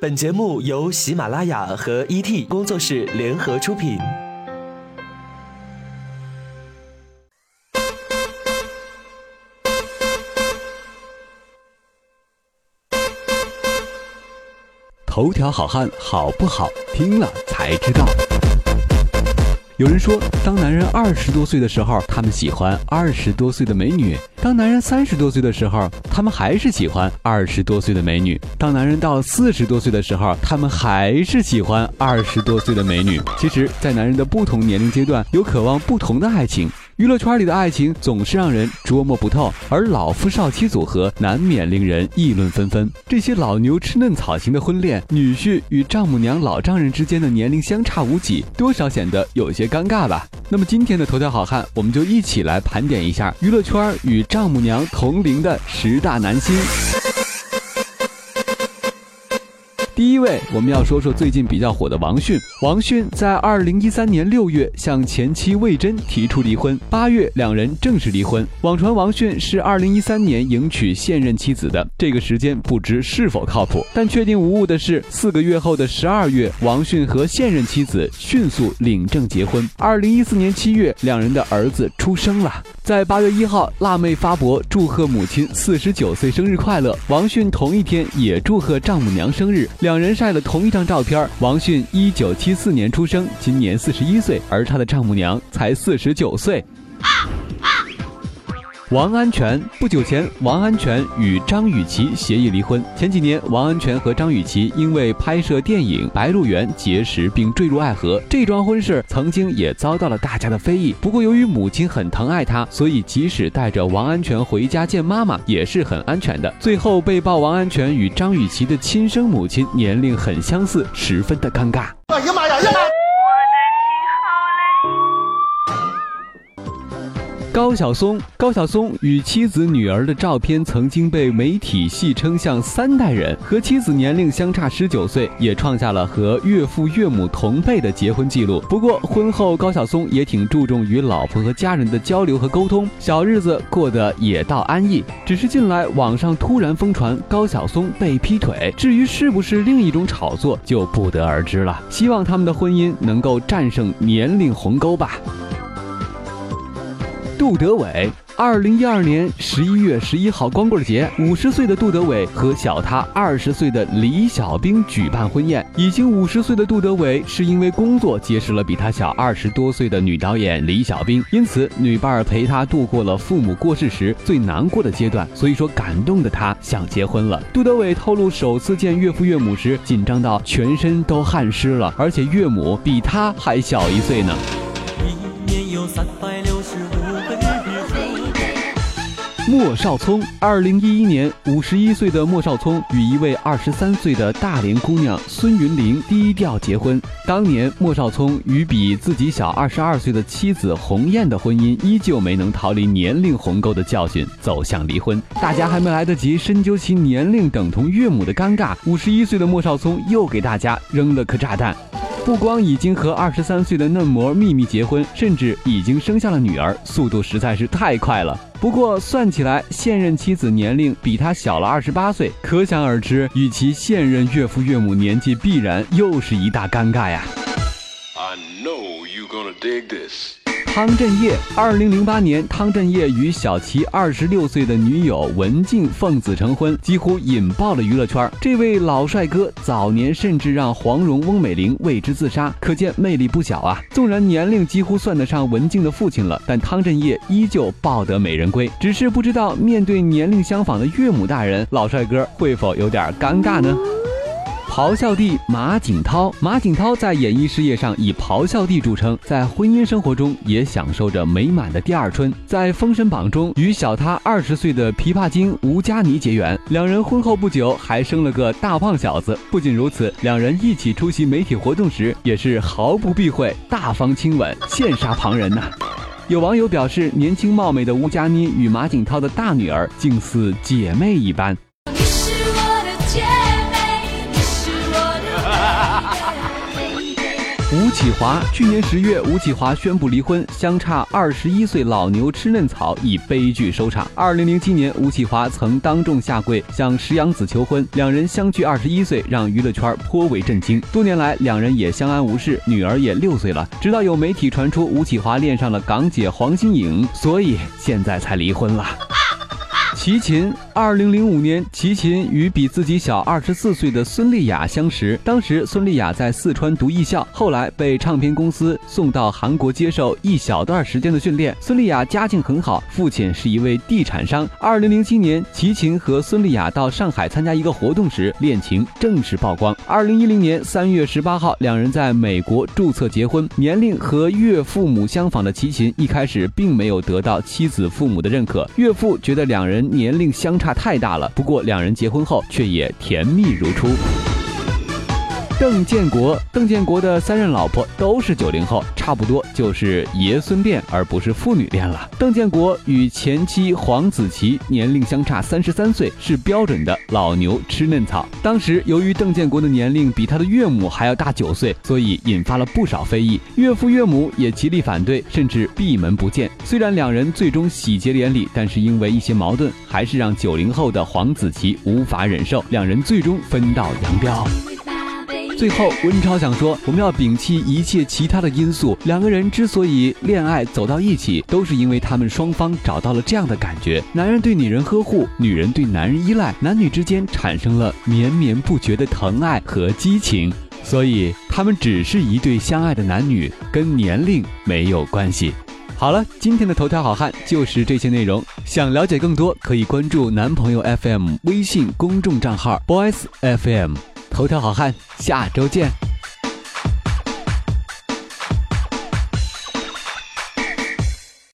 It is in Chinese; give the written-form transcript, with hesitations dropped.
本节目由喜马拉雅和 ET 工作室联合出品。 头条好汉好不好？听了才知道。有人说，当男人20多岁的时候，他们喜欢20多岁的美女；当男人30多岁的时候，他们还是喜欢20多岁的美女；当男人到40多岁的时候，他们还是喜欢20多岁的美女。其实，在男人的不同年龄阶段，有渴望不同的爱情。娱乐圈里的爱情总是让人捉摸不透，而老夫少妻组合难免令人议论纷纷。这些老牛吃嫩草型的婚恋，女婿与丈母娘老丈人之间的年龄相差无几，多少显得有些尴尬吧。那么今天的头条好汉，我们就一起来盘点一下娱乐圈与丈母娘同龄的10大男星。第一位，我们要说说最近比较火的王迅。王迅在2013年6月向前妻魏珍提出离婚，8月两人正式离婚。网传王迅是2013年迎娶现任妻子的，这个时间不知是否靠谱。但确定无误的是，4个月后的12月，王迅和现任妻子迅速领证结婚。2014年7月，两人的儿子出生了。在8月1号，辣妹发博祝贺母亲49岁生日快乐。王迅同一天也祝贺丈母娘生日，两人晒了同一张照片。王迅1974年出生，今年41岁，而他的丈母娘才49岁。王安泉，不久前，王安泉与张雨绮协议离婚。前几年，王安泉和张雨绮因为拍摄电影《白鹿原》结识并坠入爱河，这桩婚事曾经也遭到了大家的非议。不过，由于母亲很疼爱他，所以即使带着王安泉回家见妈妈，也是很安全的。最后被曝王安泉与张雨绮的亲生母亲年龄很相似，十分的尴尬。 哎呀妈呀呀！ 高晓松与妻子女儿的照片曾经被媒体戏称像3代人，和妻子年龄相差19岁，也创下了和岳父岳母同辈的结婚记录。不过婚后高晓松也挺注重与老婆和家人的交流和沟通，小日子过得也倒安逸。只是近来网上突然疯传高晓松被劈腿，至于是不是另一种炒作就不得而知了。希望他们的婚姻能够战胜年龄鸿沟吧。杜德伟，2012年11月11号光棍节，50岁的杜德伟和小他20岁的李小兵举办婚宴。已经50岁的杜德伟是因为工作结识了比他小20多岁的女导演李小兵，因此女伴陪他度过了父母过世时最难过的阶段，所以说感动的他想结婚了。杜德伟透露，首次见岳父岳母时紧张到全身都汗湿了，而且岳母比他还小1岁呢。 一年有365个日。 莫少聪，2011年51岁的莫少聪与一位23岁的大连姑娘孙云玲低调结婚。当年莫少聪与比自己小22岁的妻子洪艳的婚姻依旧没能逃离年龄鸿沟的教训，走向离婚。大家还没来得及深究其年龄等同岳母的尴尬，51岁的莫少聪又给大家扔了颗炸弹。不光已经和23岁的嫩模秘密结婚，甚至已经生下了女儿，速度实在是太快了。不过算起来，现任妻子年龄比他小了28岁，可想而知，与其现任岳父岳母年纪必然又是一大尴尬呀。I know you're gonna dig this. 汤镇业，2008年，汤镇业与小其26岁的女友文静奉子成婚，几乎引爆了娱乐圈。这位老帅哥早年甚至让黄蓉、翁美玲为之自杀，可见魅力不小啊。纵然年龄几乎算得上文静的父亲了，但汤镇业依旧抱得美人归。只是不知道面对年龄相仿的岳母大人，老帅哥会否有点尴尬呢？咆哮帝马景涛，马景涛在演艺事业上以咆哮帝著称，在婚姻生活中也享受着美满的第二春。在《封神榜》中，与小他20岁的琵琶精吴佳妮结缘，两人婚后不久还生了个大胖小子。不仅如此，两人一起出席媒体活动时，也是毫不避讳，大方亲吻，羡煞旁人呐。有网友表示，年轻貌美的吴佳妮与马景涛的大女儿竟似姐妹一般。 你是我的姐妹，你是我的妹妹。 吴启华，去年10月，吴启华宣布离婚，相差21岁老牛吃嫩草以悲剧收场。2007年，吴启华曾当众下跪向石洋子求婚，两人相距21岁，让娱乐圈颇为震惊。多年来，两人也相安无事，女儿也6岁了。直到有媒体传出吴启华恋上了港姐黄心颖，所以现在才离婚了。齐秦，2005年，齐秦与比自己小24岁的孙俪雅相识。当时孙俪雅在四川读艺校，后来被唱片公司送到韩国接受一小段时间的训练。孙俪雅家境很好，父亲是一位地产商。2007年，齐秦和孙俪雅到上海参加一个活动时，恋情正式曝光。2010年3月18号，两人在美国注册结婚。年龄和岳父母相仿的齐秦一开始并没有得到妻子父母的认可，岳父觉得两人年龄相差太大了，不过两人结婚后却也甜蜜如初。邓建国的3任老婆都是90后，差不多就是爷孙恋，而不是父女恋了。邓建国与前妻黄子琪年龄相差33岁，是标准的老牛吃嫩草。当时由于邓建国的年龄比他的岳母还要大9岁，所以引发了不少非议，岳父岳母也极力反对，甚至闭门不见。虽然两人最终喜结连理，但是因为一些矛盾，还是让90后的黄子琪无法忍受，两人最终分道扬镳。最后，温超想说，我们要摒弃一切其他的因素，两个人之所以恋爱走到一起，都是因为他们双方找到了这样的感觉：男人对女人呵护，女人对男人依赖，男女之间产生了绵绵不绝的疼爱和激情，所以他们只是一对相爱的男女，跟年龄没有关系。好了，今天的头条好汉就是这些内容。想了解更多，可以关注男朋友 FM 微信公众账号 Boys FM。头条好汉，下周见。